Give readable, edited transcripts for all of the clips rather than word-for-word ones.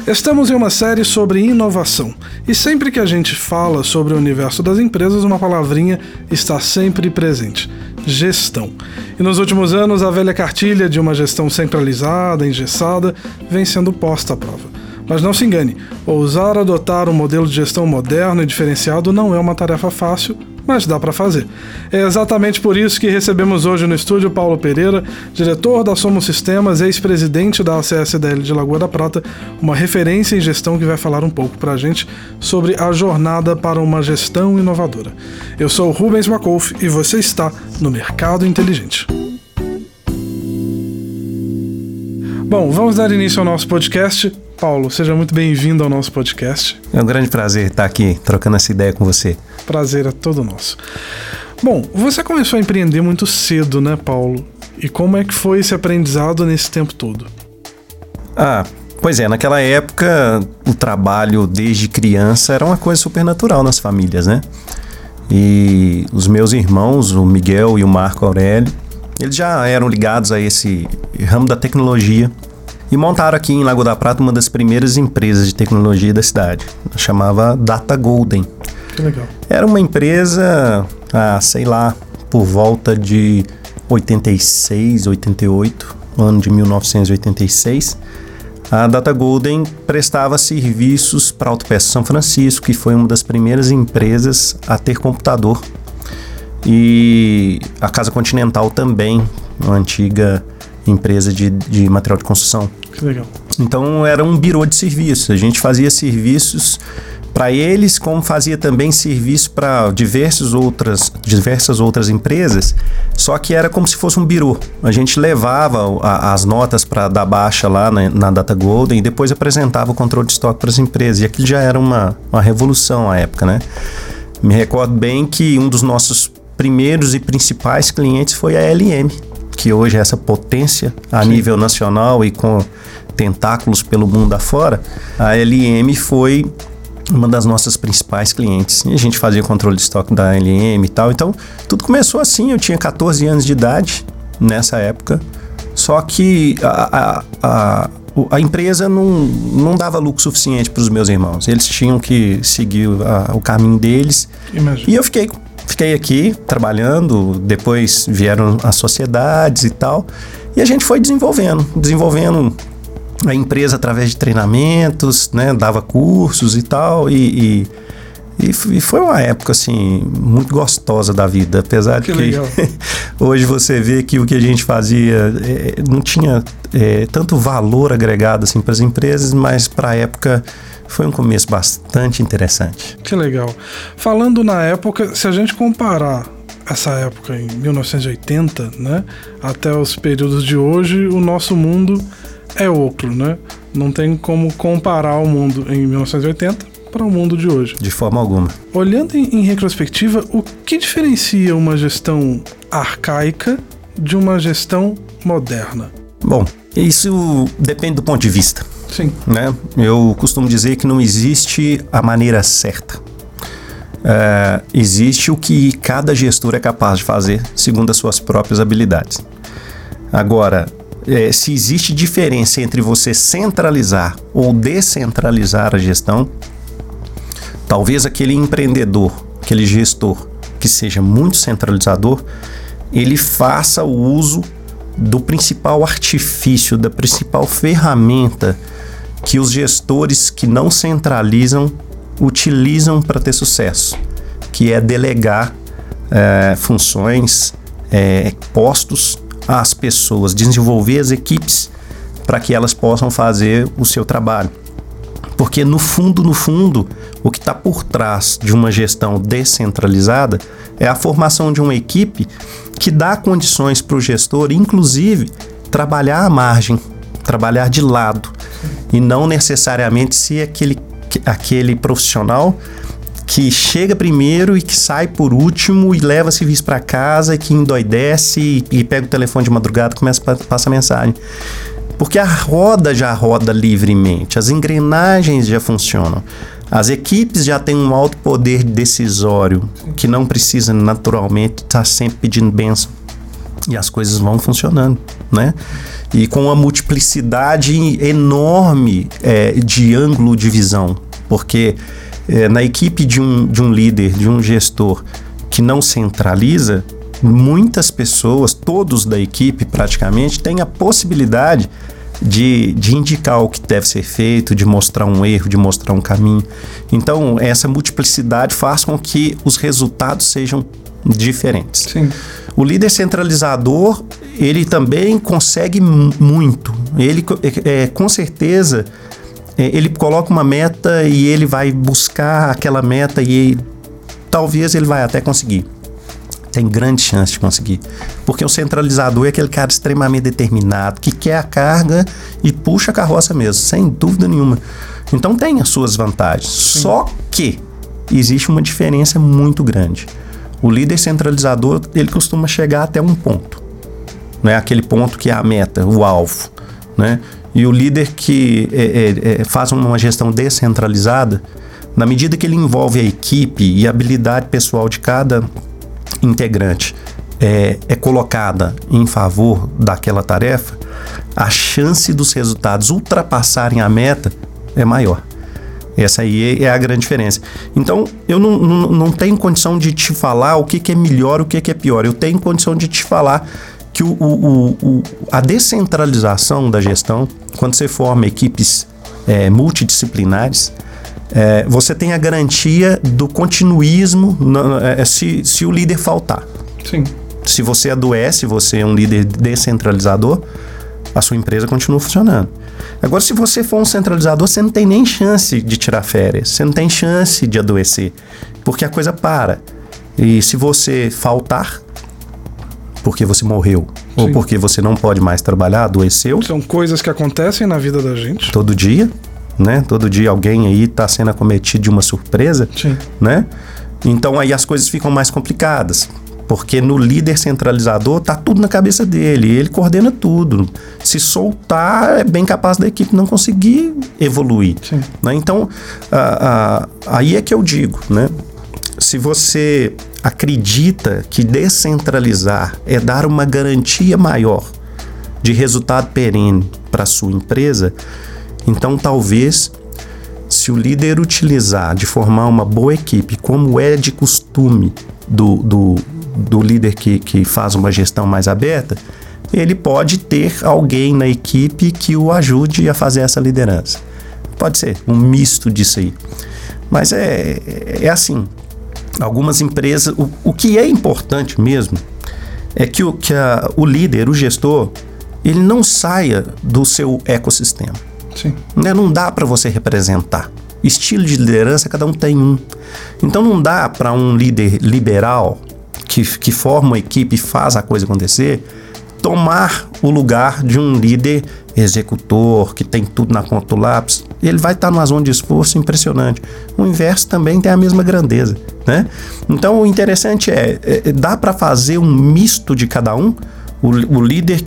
Estamos em uma série sobre inovação, e sempre que a gente fala sobre o universo das empresas, uma palavrinha está sempre presente: gestão. E nos últimos anos, a velha cartilha de uma gestão centralizada, engessada, vem sendo posta à prova. Mas não se engane, ousar adotar um modelo de gestão moderno e diferenciado não é uma tarefa fácil, mas dá para fazer. É exatamente por isso que recebemos hoje no estúdio Paulo Pereira, diretor da Somos Sistemas, ex-presidente da ACSDL de Lagoa da Prata, uma referência em gestão que vai falar um pouco para a gente sobre a jornada para uma gestão inovadora. Eu sou o Rubens Macolf e você está no Mercado Inteligente. Bom, vamos dar início ao nosso podcast. Paulo, seja muito bem-vindo ao nosso podcast. É um grande prazer estar aqui trocando essa ideia com você. Prazer é todo nosso. Bom, você começou a empreender muito cedo, né, Paulo? E como é que foi esse aprendizado nesse tempo todo? Pois é, naquela época o trabalho desde criança era uma coisa super natural nas famílias, né? E os meus irmãos, o Miguel e o Marco Aurélio, eles já eram ligados a esse ramo da tecnologia e montaram aqui em Lagoa da Prata uma das primeiras empresas de tecnologia da cidade. Chamava Data Golden. Que legal. Era uma empresa, por volta de 86, 88, ano de 1986. A Data Golden prestava serviços para a Autopeça São Francisco, que foi uma das primeiras empresas a ter computador. E a Casa Continental também, uma antiga empresa de material de construção. Que legal. Então era um birô de serviço. A gente fazia serviços para eles, como fazia também serviço para diversas outras empresas, só que era como se fosse um birô. A gente levava as notas para dar baixa lá na Data Golden e depois apresentava o controle de estoque para as empresas. E aquilo já era uma revolução à época, né? Me recordo bem que um dos nossos primeiros e principais clientes foi a LM, que hoje é essa potência a nível nacional e com tentáculos pelo mundo afora. A LM foi uma das nossas principais clientes. E a gente fazia controle de estoque da LM e tal. Então, tudo começou assim. Eu tinha 14 anos de idade nessa época. Só que a empresa não dava lucro suficiente para os meus irmãos. Eles tinham que seguir o caminho deles. Imagina. E eu fiquei aqui trabalhando, depois vieram as sociedades e tal, e a gente foi desenvolvendo a empresa através de treinamentos, né, dava cursos e tal, e foi uma época assim muito gostosa da vida, apesar de que hoje você vê que o que a gente fazia não tinha tanto valor agregado assim para as empresas, mas para a época foi um começo bastante interessante. Que legal. Falando na época, se a gente comparar essa época em 1980, né, até os períodos de hoje, o nosso mundo é outro, né? Não tem como comparar o mundo em 1980 para o mundo de hoje. De forma alguma. Olhando em retrospectiva, o que diferencia uma gestão arcaica de uma gestão moderna? Bom, isso depende do ponto de vista. Sim. Né? Eu costumo dizer que não existe a maneira certa. Existe o que cada gestor é capaz de fazer segundo as suas próprias habilidades. Agora, se existe diferença entre você centralizar ou descentralizar a gestão, talvez aquele empreendedor, aquele gestor que seja muito centralizador, ele faça o uso do principal artifício, da principal ferramenta que os gestores que não centralizam utilizam para ter sucesso, que é delegar funções, postos às pessoas, desenvolver as equipes para que elas possam fazer o seu trabalho. Porque no fundo, o que está por trás de uma gestão descentralizada é a formação de uma equipe que dá condições para o gestor, inclusive, trabalhar à margem, trabalhar de lado, e não necessariamente ser aquele profissional que chega primeiro e que sai por último e leva serviço para casa e que endoidece e pega o telefone de madrugada e começa a passar mensagem. Porque a roda já roda livremente, as engrenagens já funcionam, as equipes já têm um alto poder decisório que não precisa naturalmente estar sempre pedindo bênção. E as coisas vão funcionando, né? E com uma multiplicidade enorme de ângulo de visão. Porque na equipe de um líder, de um gestor que não centraliza, muitas pessoas, todos da equipe praticamente, têm a possibilidade de indicar o que deve ser feito, de mostrar um erro, de mostrar um caminho. Então, essa multiplicidade faz com que os resultados sejam diferentes. Sim. O líder centralizador, ele também consegue muito. Ele, com certeza, ele coloca uma meta e ele vai buscar aquela meta e talvez ele vai até conseguir. Tem grande chance de conseguir. Porque o centralizador é aquele cara extremamente determinado, que quer a carga e puxa a carroça mesmo, sem dúvida nenhuma. Então tem as suas vantagens. Sim. Só que existe uma diferença muito grande. O líder centralizador, ele costuma chegar até um ponto. Né? Aquele ponto que é a meta, o alvo. Né? E o líder que faz uma gestão descentralizada, na medida que ele envolve a equipe e a habilidade pessoal de cada integrante é colocada em favor daquela tarefa, a chance dos resultados ultrapassarem a meta é maior. Essa aí é a grande diferença. Então, eu não tenho condição de te falar o que é melhor, o que é pior. Eu tenho condição de te falar que a descentralização da gestão, quando você forma equipes multidisciplinares, você tem a garantia do continuismo se o líder faltar. Sim. Se você adoece, você é um líder descentralizador, a sua empresa continua funcionando. Agora, se você for um centralizador, você não tem nem chance de tirar férias, você não tem chance de adoecer, porque a coisa para. E se você faltar, porque você morreu, Sim. ou porque você não pode mais trabalhar, adoeceu. São coisas que acontecem na vida da gente. Todo dia, né? Todo dia alguém aí está sendo acometido de uma surpresa, Sim. né? Então aí as coisas ficam mais complicadas. Porque no líder centralizador tá tudo na cabeça dele, ele coordena tudo. Se soltar, é bem capaz da equipe não conseguir evoluir. Né? Então, aí é que eu digo, né? Se você acredita que descentralizar é dar uma garantia maior de resultado perene para a sua empresa, então talvez, se o líder utilizar de formar uma boa equipe, como é de costume do líder que faz uma gestão mais aberta, ele pode ter alguém na equipe que o ajude a fazer essa liderança. Pode ser um misto disso aí. Mas é assim, algumas empresas, o que é importante mesmo é que o líder, o gestor, ele não saia do seu ecossistema. Sim. Não dá para você representar. Estilo de liderança, cada um tem um. Então não dá para um líder liberal que forma uma equipe e faz a coisa acontecer, tomar o lugar de um líder executor, que tem tudo na ponta do lápis. Ele vai estar numa zona de esforço impressionante. O inverso também tem a mesma grandeza, né? Então o interessante dá para fazer um misto de cada um. O líder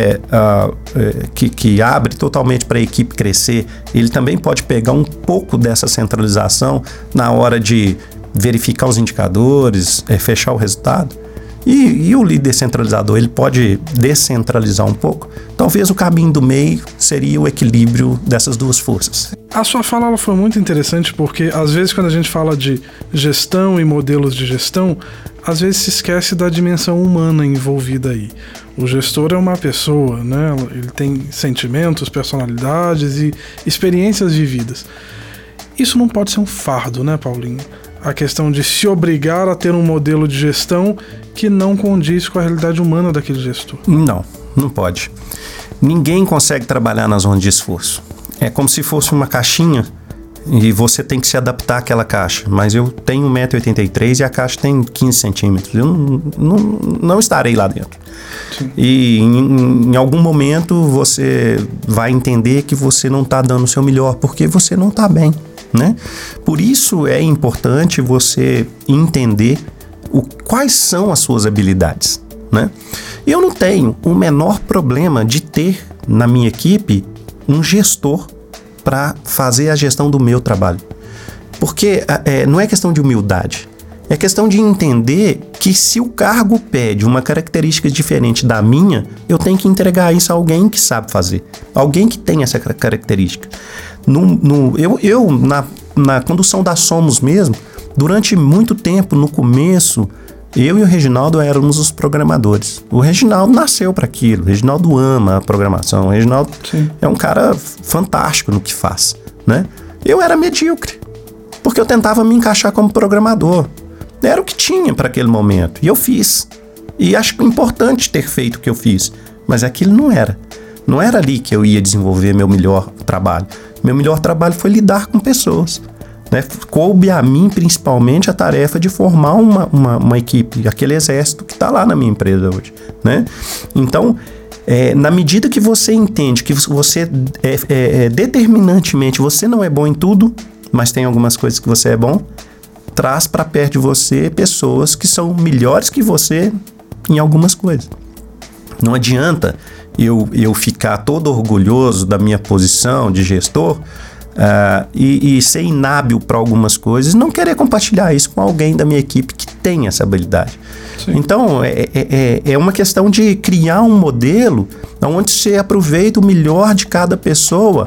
que abre totalmente para a equipe crescer, ele também pode pegar um pouco dessa centralização na hora de verificar os indicadores, fechar o resultado. E o líder centralizador, ele pode descentralizar um pouco. Talvez o caminho do meio seria o equilíbrio dessas duas forças. A sua fala ela foi muito interessante porque, às vezes, quando a gente fala de gestão e modelos de gestão, às vezes se esquece da dimensão humana envolvida aí. O gestor é uma pessoa, né? Ele tem sentimentos, personalidades e experiências vividas. Isso não pode ser um fardo, né, Paulinho? A questão de se obrigar a ter um modelo de gestão que não condiz com a realidade humana daquele gestor. Não pode. Ninguém consegue trabalhar na zona de esforço. É como se fosse uma caixinha e você tem que se adaptar àquela caixa. Mas eu tenho 1,83 m e a caixa tem 15 centímetros. Eu não estarei lá dentro. Sim. E em algum momento você vai entender que você não está dando o seu melhor porque você não está bem. Né? Por isso é importante você entender quais são as suas habilidades. Né? Eu não tenho o menor problema de ter na minha equipe um gestor para fazer a gestão do meu trabalho. Porque não é questão de humildade, É questão de entender que se o cargo pede uma característica diferente da minha, eu tenho que entregar isso a alguém que sabe fazer. Alguém que tem essa característica. Na condução da Somos mesmo, durante muito tempo, no começo, eu e o Reginaldo éramos os programadores. O Reginaldo nasceu para aquilo. O Reginaldo ama a programação. O Reginaldo é um cara fantástico no que faz, né? Eu era medíocre, porque eu tentava me encaixar como programador. Era o que tinha para aquele momento. E eu fiz. E acho importante ter feito o que eu fiz. Mas aquilo não era. Não era ali que eu ia desenvolver meu melhor trabalho. Meu melhor trabalho foi lidar com pessoas. Né? Coube a mim, principalmente, a tarefa de formar uma equipe, aquele exército que está lá na minha empresa hoje. Né? Então, na medida que você entende que você determinantemente, você não é bom em tudo, mas tem algumas coisas que você é bom, traz para perto de você pessoas que são melhores que você em algumas coisas. Não adianta eu ficar todo orgulhoso da minha posição de gestor e ser inábil para algumas coisas, não querer compartilhar isso com alguém da minha equipe que tem essa habilidade. Sim. Então, é uma questão de criar um modelo onde você aproveita o melhor de cada pessoa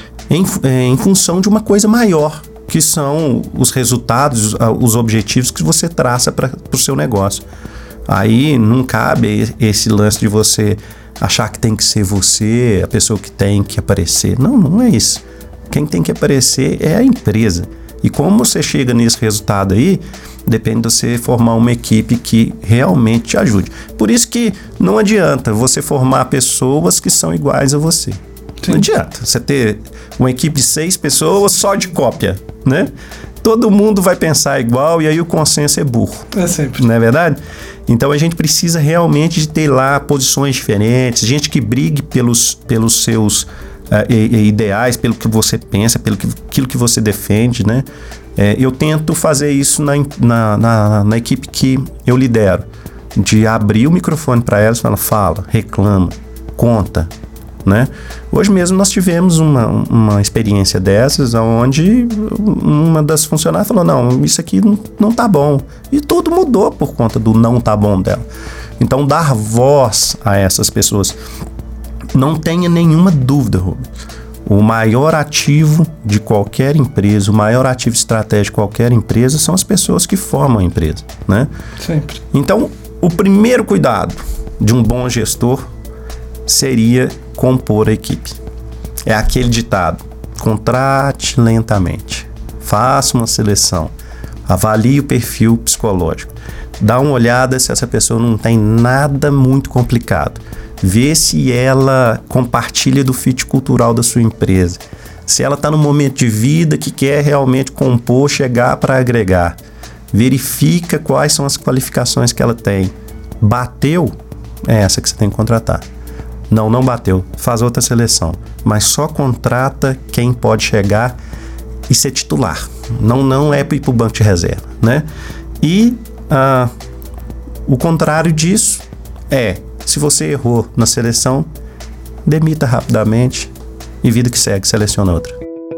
em função de uma coisa maior, que são os resultados, os objetivos que você traça para o seu negócio. Aí não cabe esse lance de você achar que tem que ser você, a pessoa que tem que aparecer. Não é isso. Quem tem que aparecer é a empresa. E como você chega nesse resultado aí, depende de você formar uma equipe que realmente te ajude. Por isso que não adianta você formar pessoas que são iguais a você. Sim. Não adianta você ter uma equipe de 6 pessoas só de cópia, né? Todo mundo vai pensar igual e aí o consenso é burro. É sempre. Não é verdade? Então a gente precisa realmente de ter lá posições diferentes, gente que brigue pelos seus ideais, pelo que você pensa, pelo aquilo que você defende, né? Eu tento fazer isso na equipe que eu lidero, de abrir o microfone para elas e falar, fala, reclama, conta, né? Hoje mesmo nós tivemos uma experiência dessas, onde uma das funcionárias falou, não, isso aqui não tá bom. E tudo mudou por conta do não tá bom dela. Então, dar voz a essas pessoas. Não tenha nenhuma dúvida, Rubens. O maior ativo de qualquer empresa, o maior ativo estratégico de qualquer empresa são as pessoas que formam a empresa, né? Sempre. Então, o primeiro cuidado de um bom gestor seria compor a equipe. É aquele ditado: contrate lentamente, faça uma seleção, avalie o perfil psicológico, dá uma olhada se essa pessoa não tem nada muito complicado, vê se ela compartilha do fit cultural da sua empresa, se ela está no momento de vida que quer realmente compor, chegar para agregar, verifica quais são as qualificações que ela tem. Bateu? É essa que você tem que contratar. Não bateu, faz outra seleção, mas só contrata quem pode chegar e ser titular, não é para ir para o banco de reserva, né? E o contrário disso se você errou na seleção, demita rapidamente e vida que segue, seleciona outra.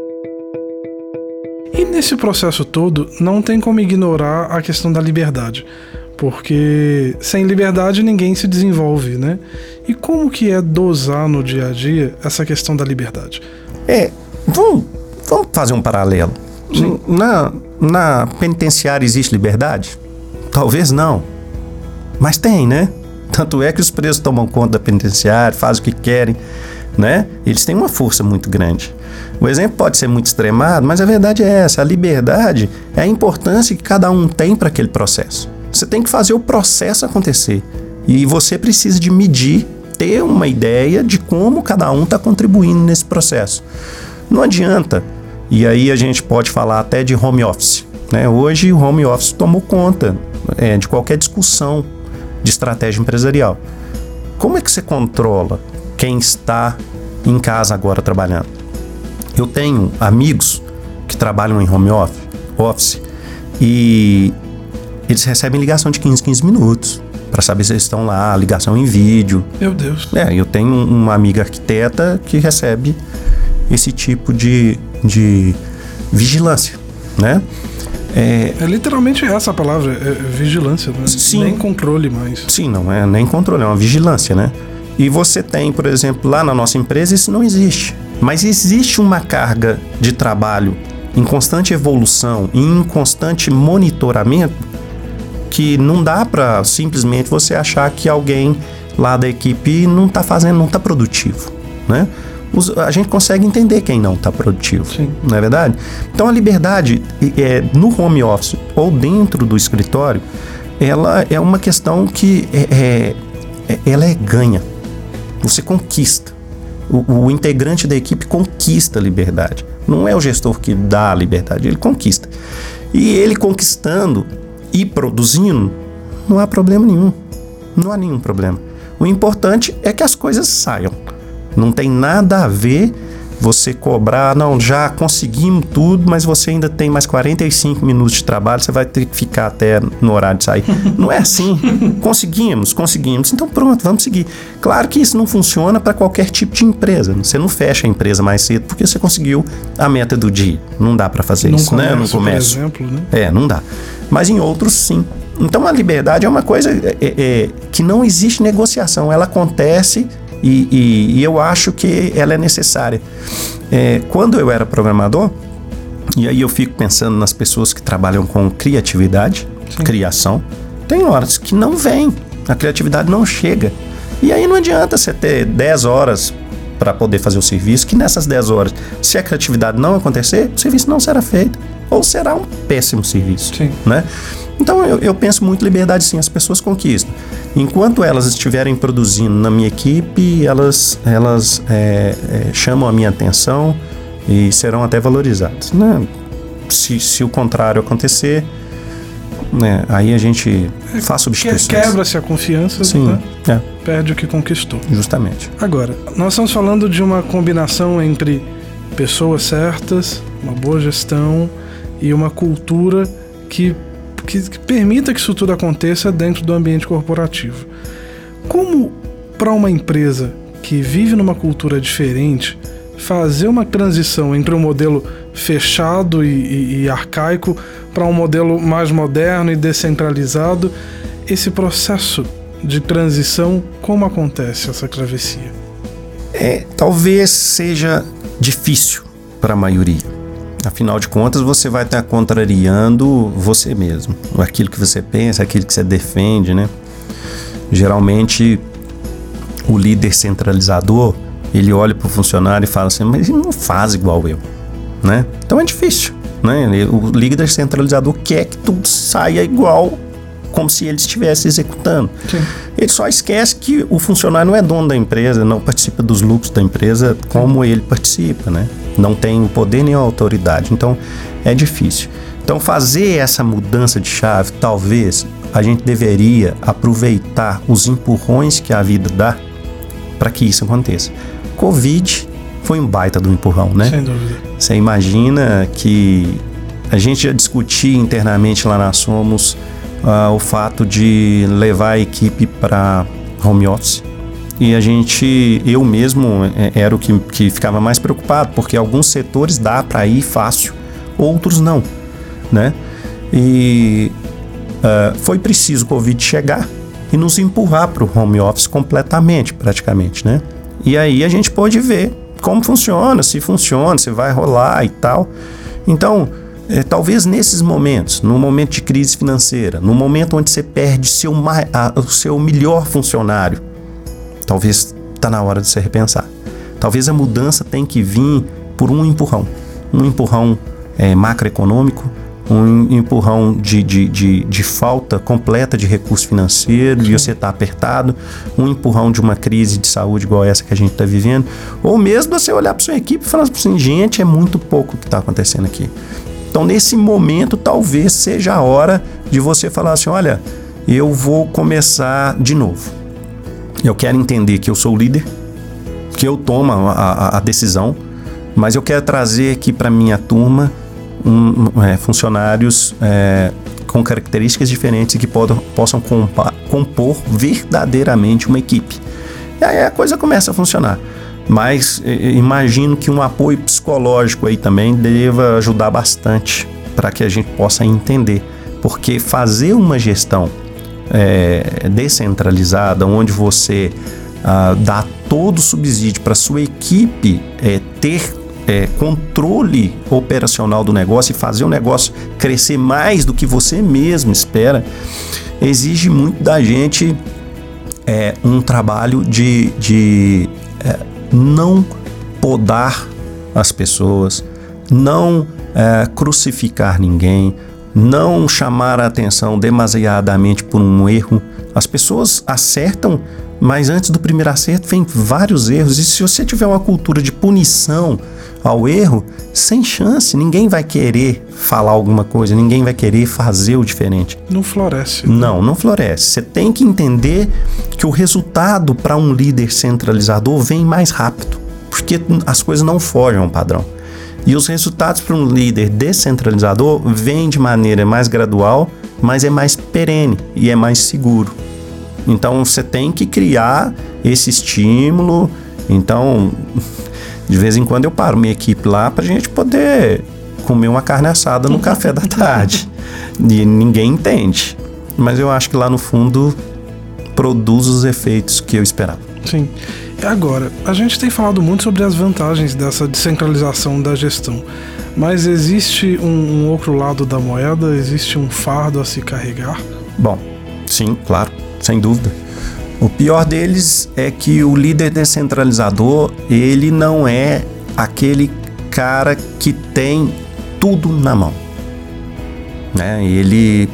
E nesse processo todo, não tem como ignorar a questão da liberdade, porque sem liberdade ninguém se desenvolve, né? E como que é dosar no dia a dia essa questão da liberdade? Vamos fazer um paralelo. Sim. Na penitenciária existe liberdade? Talvez não, mas tem, né? Tanto é que os presos tomam conta da penitenciária, fazem o que querem, né? Eles têm uma força muito grande. O exemplo pode ser muito extremado, mas a verdade é essa: a liberdade é a importância que cada um tem para aquele processo. Você tem que fazer o processo acontecer. E você precisa de medir, ter uma ideia de como cada um está contribuindo nesse processo. Não adianta. E aí a gente pode falar até de home office, né? Hoje o home office tomou conta de qualquer discussão de estratégia empresarial. Como é que você controla quem está em casa agora trabalhando? Eu tenho amigos que trabalham em home office e eles recebem ligação de 15 minutos para saber se eles estão lá, ligação em vídeo. Meu Deus. Eu tenho uma amiga arquiteta que recebe esse tipo de vigilância, né? É literalmente essa a palavra, vigilância, né? Sim. Nem controle mais. Sim, não é nem controle, é uma vigilância, né? E você tem, por exemplo, lá na nossa empresa isso não existe. Mas existe uma carga de trabalho em constante evolução e em constante monitoramento que não dá para simplesmente você achar que alguém lá da equipe não está fazendo, não está produtivo, né? A gente consegue entender quem não está produtivo, Sim. Não é verdade? Então a liberdade no home office ou dentro do escritório, ela é uma questão que ela é ganha. Você conquista. O integrante da equipe conquista a liberdade. Não é o gestor que dá a liberdade, ele conquista. E ele conquistando e produzindo, não há problema nenhum. Não há nenhum problema. O importante é que as coisas saiam. Não tem nada a ver você cobrar, não, já conseguimos tudo, mas você ainda tem mais 45 minutos de trabalho, você vai ter que ficar até no horário de sair. Não é assim. Conseguimos. Então pronto, vamos seguir. Claro que isso não funciona para qualquer tipo de empresa. Você não fecha a empresa mais cedo porque você conseguiu a meta do dia. Não dá para fazer isso, né? No comércio, por exemplo, né? Não dá. Mas em outros, sim. Então a liberdade é uma coisa que não existe negociação. Ela acontece e eu acho que ela é necessária. Quando eu era programador, e aí eu fico pensando nas pessoas que trabalham com criatividade, sim, criação, tem horas que não vem, a criatividade não chega. E aí não adianta você ter 10 horas para poder fazer o serviço, que nessas 10 horas, se a criatividade não acontecer, o serviço não será feito, ou será um péssimo serviço, sim, né? Então eu penso muito liberdade, sim, as pessoas conquistam. Enquanto elas estiverem produzindo na minha equipe, elas chamam a minha atenção e serão até valorizadas, né? Se o contrário acontecer, né, aí a gente faz substituições. Quebra-se a confiança, sim, né? Perde o que conquistou. Justamente. Agora, nós estamos falando de uma combinação entre pessoas certas, uma boa gestão e uma cultura que permita que isso tudo aconteça dentro do ambiente corporativo. Como, para uma empresa que vive numa cultura diferente, fazer uma transição entre um modelo fechado e arcaico para um modelo mais moderno e descentralizado, esse processo de transição, como acontece essa travessia? Talvez seja difícil para a maioria. Afinal de contas, você vai estar contrariando você mesmo. Aquilo que você pensa, aquilo que você defende, né? Geralmente, o líder centralizador, ele olha para o funcionário e fala assim, mas ele não faz igual eu, né? Então é difícil, né? O líder centralizador quer que tudo saia igual, como se ele estivesse executando. Sim. Ele só esquece que o funcionário não é dono da empresa, não participa dos lucros da empresa como ele participa, né? Não tem o poder nem a autoridade, então é difícil. Então fazer essa mudança de chave, talvez a gente deveria aproveitar os empurrões que a vida dá para que isso aconteça. Covid foi um baita do empurrão, né? Sem dúvida. Você imagina que a gente já discutia internamente lá na Somos o fato de levar a equipe para home office. E eu mesmo era o que ficava mais preocupado, porque alguns setores dá para ir fácil, outros não, né? E foi preciso o Covid chegar e nos empurrar para o home office completamente, praticamente, né? E aí a gente pôde ver como funciona, se vai rolar e tal. Então, talvez nesses momentos, no momento de crise financeira, no momento onde você perde o seu melhor funcionário, talvez está na hora de se repensar. Talvez a mudança tem que vir por um empurrão macroeconômico, um empurrão de falta completa de recurso financeiro, e você está apertado, um empurrão de uma crise de saúde igual essa que a gente está vivendo, ou mesmo você olhar para sua equipe e falar assim, gente, é muito pouco o que está acontecendo aqui. Então, nesse momento, talvez seja a hora de você falar assim, olha, eu vou começar de novo. Eu quero entender que eu sou o líder, que eu tomo a decisão, mas eu quero trazer aqui para minha turma funcionários com características diferentes e que possam compor verdadeiramente uma equipe. E aí a coisa começa a funcionar. Mas imagino que um apoio psicológico aí também deva ajudar bastante para que a gente possa entender. Porque fazer uma gestão descentralizada, onde você dá todo o subsídio para sua equipe ter controle operacional do negócio e fazer o negócio crescer mais do que você mesmo espera, exige muito da gente um trabalho de não podar as pessoas, não crucificar ninguém, não chamar a atenção demasiadamente por um erro. As pessoas acertam, mas antes do primeiro acerto vem vários erros. E se você tiver uma cultura de punição ao erro, sem chance, ninguém vai querer falar alguma coisa, ninguém vai querer fazer o diferente. Não floresce. Não floresce. Você tem que entender que o resultado para um líder centralizador vem mais rápido, porque as coisas não fogem ao padrão. E os resultados para um líder descentralizador vêm de maneira mais gradual, mas é mais perene e é mais seguro. Então, você tem que criar esse estímulo. Então, de vez em quando eu paro minha equipe lá para a gente poder comer uma carne assada no café da tarde. E ninguém entende. Mas eu acho que lá no fundo produz os efeitos que eu esperava. Sim. E agora, a gente tem falado muito sobre as vantagens dessa descentralização da gestão, mas existe um outro lado da moeda? Existe um fardo a se carregar? Bom, sim, claro, sem dúvida. O pior deles é que o líder descentralizador, ele não é aquele cara que tem tudo na mão, né? Ele,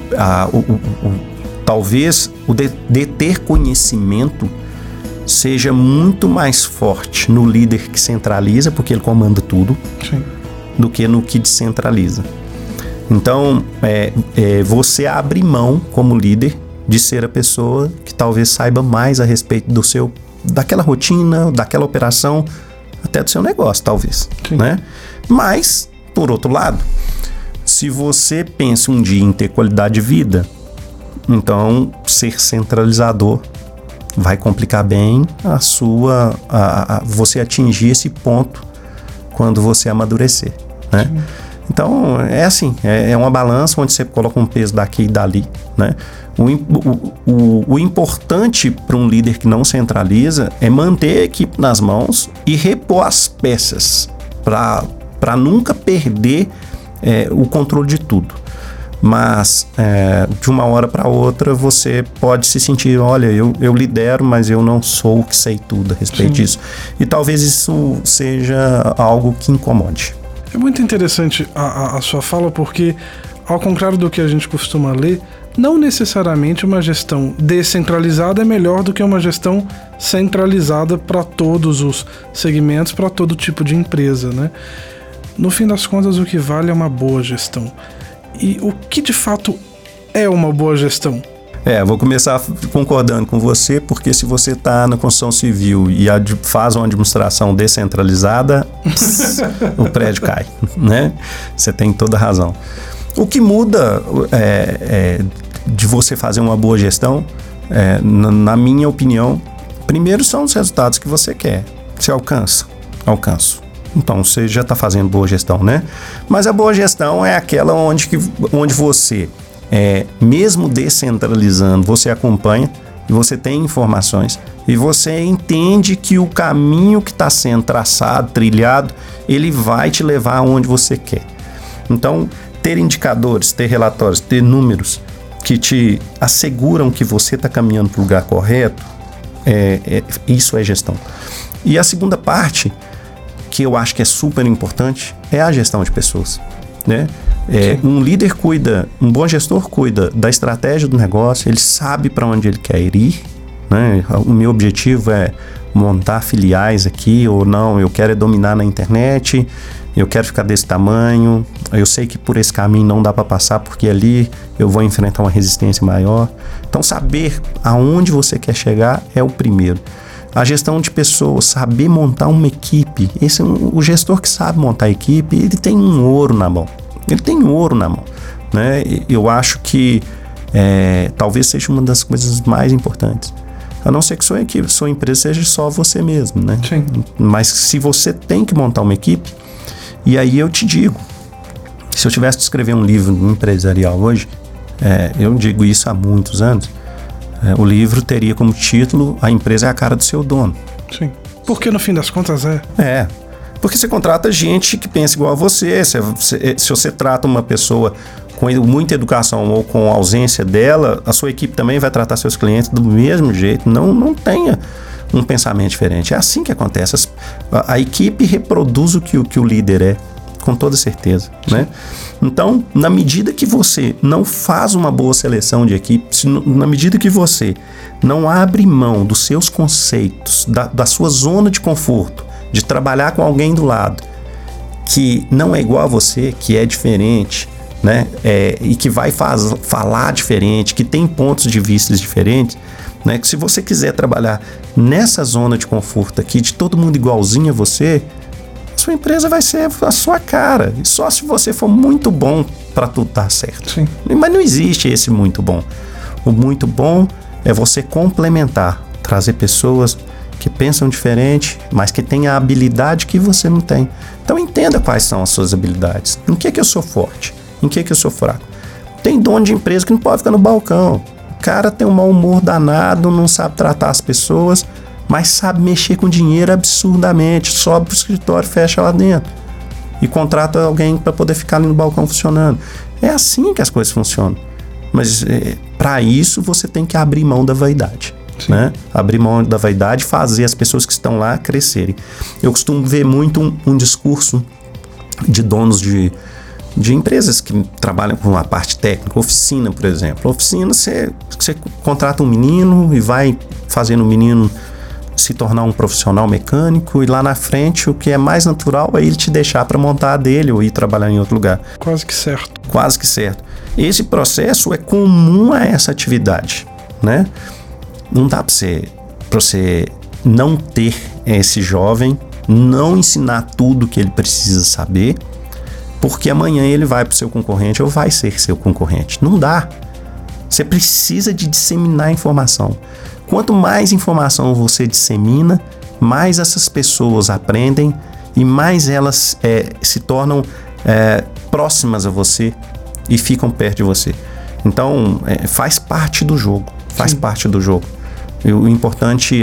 talvez o de ter conhecimento seja muito mais forte no líder que centraliza, porque ele comanda tudo, sim, do que no que descentraliza. Então, você abre mão como líder de ser a pessoa que talvez saiba mais a respeito daquela rotina, daquela operação, até do seu negócio, talvez, né? Mas, por outro lado, se você pensa um dia em ter qualidade de vida, então ser centralizador vai complicar bem você atingir esse ponto quando você amadurecer, né? Sim. Então, é assim, é uma balança onde você coloca um peso daqui e dali, né? O importante para um líder que não centraliza é manter a equipe nas mãos e repor as peças para nunca perder o controle de tudo. Mas de uma hora para outra você pode se sentir, olha, eu lidero, mas eu não sou o que sei tudo a respeito disso. E talvez isso seja algo que incomode. É muito interessante a sua fala, porque, ao contrário do que a gente costuma ler, não necessariamente uma gestão descentralizada é melhor do que uma gestão centralizada para todos os segmentos, para todo tipo de empresa, né? No fim das contas, o que vale é uma boa gestão. E o que de fato é uma boa gestão? Vou começar concordando com você, porque se você está na construção civil e faz uma administração descentralizada, o prédio cai, né? Você tem toda a razão. O que muda de você fazer uma boa gestão, na minha opinião, primeiro são os resultados que você quer. Você alcanço. Então, você já está fazendo boa gestão, né? Mas a boa gestão é aquela onde você, mesmo descentralizando, você acompanha e você tem informações e você entende que o caminho que está sendo traçado, trilhado, ele vai te levar aonde você quer. Então, ter indicadores, ter relatórios, ter números que te asseguram que você está caminhando para o lugar correto, isso é gestão. E a segunda parte, que eu acho que é super importante, é a gestão de pessoas, né? Um líder um bom gestor cuida da estratégia do negócio, ele sabe para onde ele quer ir, né? O meu objetivo é montar filiais aqui, ou não, eu quero dominar na internet, eu quero ficar desse tamanho, eu sei que por esse caminho não dá para passar, porque ali eu vou enfrentar uma resistência maior. Então, saber aonde você quer chegar é o primeiro. A gestão de pessoas, saber montar uma equipe. O gestor que sabe montar a equipe, ele tem um ouro na mão. Né? Eu acho que talvez seja uma das coisas mais importantes. A não ser que sua empresa seja só você mesmo, né? Sim. Mas se você tem que montar uma equipe, e aí eu te digo, Se eu tivesse de escrever um livro empresarial hoje, eu digo isso há muitos anos, o livro teria como título A Empresa é a Cara do Seu Dono. Sim, porque no fim das contas porque você contrata gente que pensa igual a você. Se você trata uma pessoa com muita educação ou com ausência dela, a sua equipe também vai tratar seus clientes do mesmo jeito. Não tenha um pensamento diferente. É assim que acontece. A equipe reproduz o que o líder é, com toda certeza, né? Então, na medida que você não faz uma boa seleção de equipe, na medida que você não abre mão dos seus conceitos, da sua zona de conforto, de trabalhar com alguém do lado que não é igual a você, que é diferente, né? E que vai falar diferente, que tem pontos de vista diferentes, né? Que se você quiser trabalhar nessa zona de conforto aqui, de todo mundo igualzinho a você, sua empresa vai ser a sua cara. E só se você for muito bom para tudo dar certo. Sim. Mas não existe esse muito bom. O muito bom é você complementar, trazer pessoas que pensam diferente, mas que têm a habilidade que você não tem. Então entenda quais são as suas habilidades. Em que eu sou forte? Em que eu sou fraco? Tem dono de empresa que não pode ficar no balcão. O cara tem um mau humor danado, não sabe tratar as pessoas, mas sabe mexer com dinheiro absurdamente. Sobe pro escritório, fecha lá dentro e contrata alguém para poder ficar ali no balcão funcionando. É assim que as coisas funcionam. Mas para isso você tem que abrir mão da vaidade. Né? Abrir mão da vaidade e fazer as pessoas que estão lá crescerem. Eu costumo ver muito um discurso de donos de empresas que trabalham com a parte técnica, oficina, por exemplo. Oficina, você contrata um menino e vai fazendo o menino se tornar um profissional mecânico, e lá na frente o que é mais natural é ele te deixar para montar a dele ou ir trabalhar em outro lugar. Quase que certo. Quase que certo. Esse processo é comum a essa atividade, né? Não dá para você não ter esse jovem, não ensinar tudo que ele precisa saber, porque amanhã ele vai para o seu concorrente ou vai ser seu concorrente. Não dá. Você precisa de disseminar informação. Quanto mais informação você dissemina, mais essas pessoas aprendem e mais elas se tornam próximas a você e ficam perto de você. Então, faz parte do jogo. Faz Sim. parte do jogo. E o importante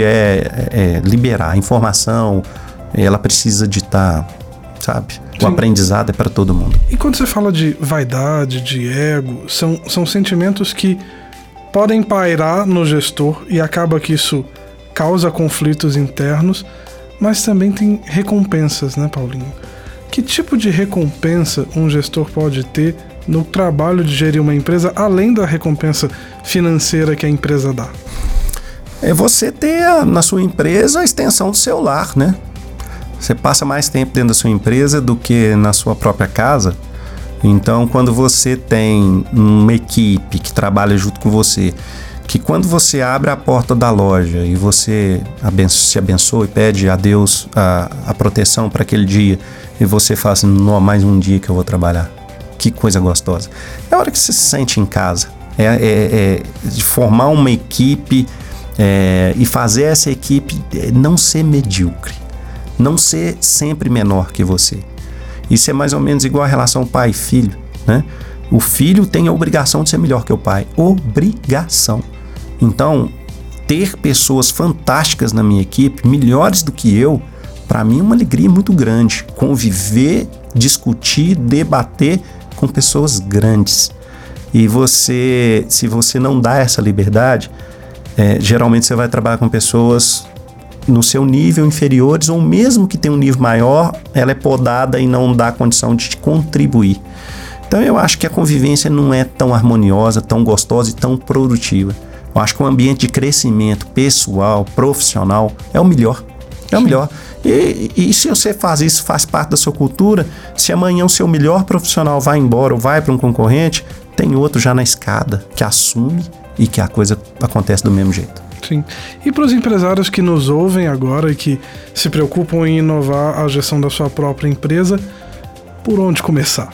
é liberar a informação. Ela precisa de estar, sabe? O aprendizado é para todo mundo. E quando você fala de vaidade, de ego, são sentimentos que podem pairar no gestor e acaba que isso causa conflitos internos, mas também tem recompensas, né, Paulinho? Que tipo de recompensa um gestor pode ter no trabalho de gerir uma empresa, além da recompensa financeira que a empresa dá? É você ter na sua empresa a extensão do seu lar, né? Você passa mais tempo dentro da sua empresa do que na sua própria casa. Então, quando você tem uma equipe que trabalha junto com você, que quando você abre a porta da loja e você se abençoa e pede a Deus a proteção para aquele dia, e você fala assim, não, mais um dia que eu vou trabalhar. Que coisa gostosa. É a hora que você se sente em casa. De formar uma equipe e fazer essa equipe não ser medíocre. Não ser sempre menor que você. Isso é mais ou menos igual a relação pai e filho, né? O filho tem a obrigação de ser melhor que o pai. Obrigação. Então, ter pessoas fantásticas na minha equipe, melhores do que eu, para mim é uma alegria muito grande. Conviver, discutir, debater com pessoas grandes. E se você não dá essa liberdade, geralmente você vai trabalhar com pessoas no seu nível inferiores, ou mesmo que tenha um nível maior, ela é podada e não dá condição de te contribuir. Então eu acho que a convivência não é tão harmoniosa, tão gostosa e tão produtiva. Eu acho que o ambiente de crescimento pessoal, profissional, é o melhor. É o melhor. E se você faz isso, faz parte da sua cultura, se amanhã o seu melhor profissional vai embora ou vai para um concorrente, tem outro já na escada que assume e que a coisa acontece do mesmo jeito. Sim. E para os empresários que nos ouvem agora e que se preocupam em inovar a gestão da sua própria empresa, por onde começar?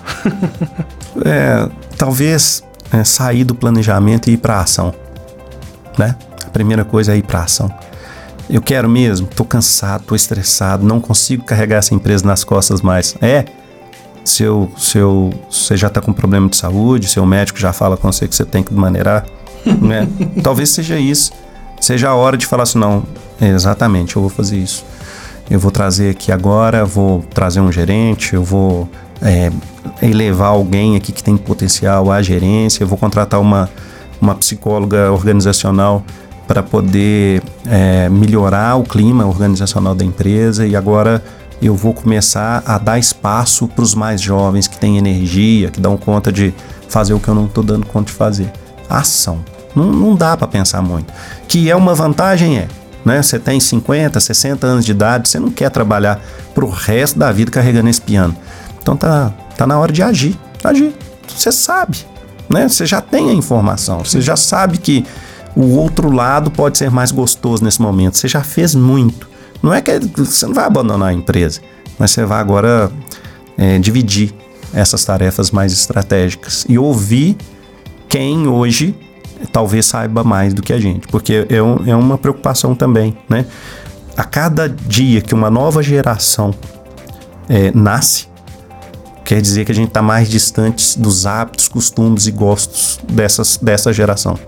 Talvez sair do planejamento e ir para a ação, né? A primeira coisa é ir para a ação. Eu quero mesmo, tô cansado, tô estressado, não consigo carregar essa empresa nas costas mais. você já está com problema de saúde, seu médico já fala com você que você tem que maneirar, né? Talvez seja isso. Seja a hora de falar assim, não, exatamente, eu vou fazer isso. Eu vou trazer aqui agora, vou trazer um gerente, eu vou elevar alguém aqui que tem potencial à gerência, eu vou contratar uma psicóloga organizacional para poder melhorar o clima organizacional da empresa, e agora eu vou começar a dar espaço para os mais jovens que têm energia, que dão conta de fazer o que eu não estou dando conta de fazer. Ação. Não dá para pensar muito. Que é uma vantagem, né? Você tem 50, 60 anos de idade, você não quer trabalhar pro resto da vida carregando esse piano. Então tá na hora de agir. Você sabe, né? Você já tem a informação, você já sabe que o outro lado pode ser mais gostoso nesse momento. Você já fez muito. Não é que você não vai abandonar a empresa, mas você vai agora dividir essas tarefas mais estratégicas e ouvir quem hoje talvez saiba mais do que a gente, porque é uma preocupação também, né? A cada dia que uma nova geração nasce, quer dizer que a gente está mais distante dos hábitos, costumes e gostos dessa geração.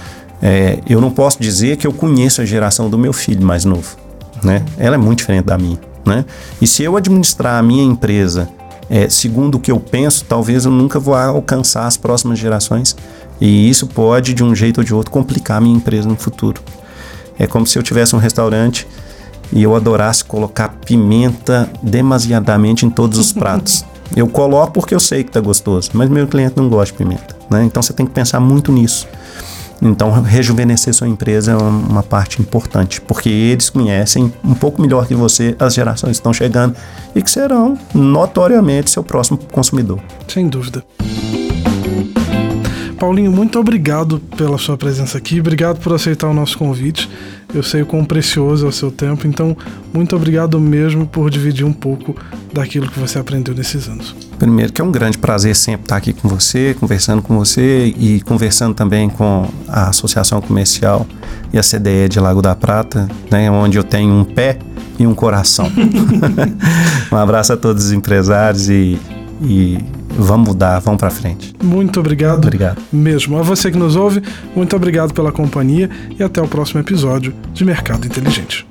Eu não posso dizer que eu conheço a geração do meu filho mais novo, né? Ela é muito diferente da minha, né? E se eu administrar a minha empresa segundo o que eu penso, talvez eu nunca vou alcançar as próximas gerações, e isso pode, de um jeito ou de outro, complicar a minha empresa no futuro. É como se eu tivesse um restaurante e eu adorasse colocar pimenta demasiadamente em todos os pratos. Eu coloco porque eu sei que está gostoso, mas meu cliente não gosta de pimenta, né? Então você tem que pensar muito nisso. Então, rejuvenescer sua empresa é uma parte importante, porque eles conhecem um pouco melhor que você as gerações que estão chegando e que serão notoriamente seu próximo consumidor. Sem dúvida. Paulinho, muito obrigado pela sua presença aqui, obrigado por aceitar o nosso convite. Eu sei o quão precioso é o seu tempo, então muito obrigado mesmo por dividir um pouco daquilo que você aprendeu nesses anos. Primeiro que é um grande prazer sempre estar aqui com você, conversando com você e conversando também com a Associação Comercial e a CDE de Lago da Prata, né, onde eu tenho um pé e um coração. Um abraço a todos os empresários e vamos mudar, vamos para frente. Muito obrigado. Obrigado. Mesmo. A você que nos ouve, muito obrigado pela companhia e até o próximo episódio de Mercado Inteligente.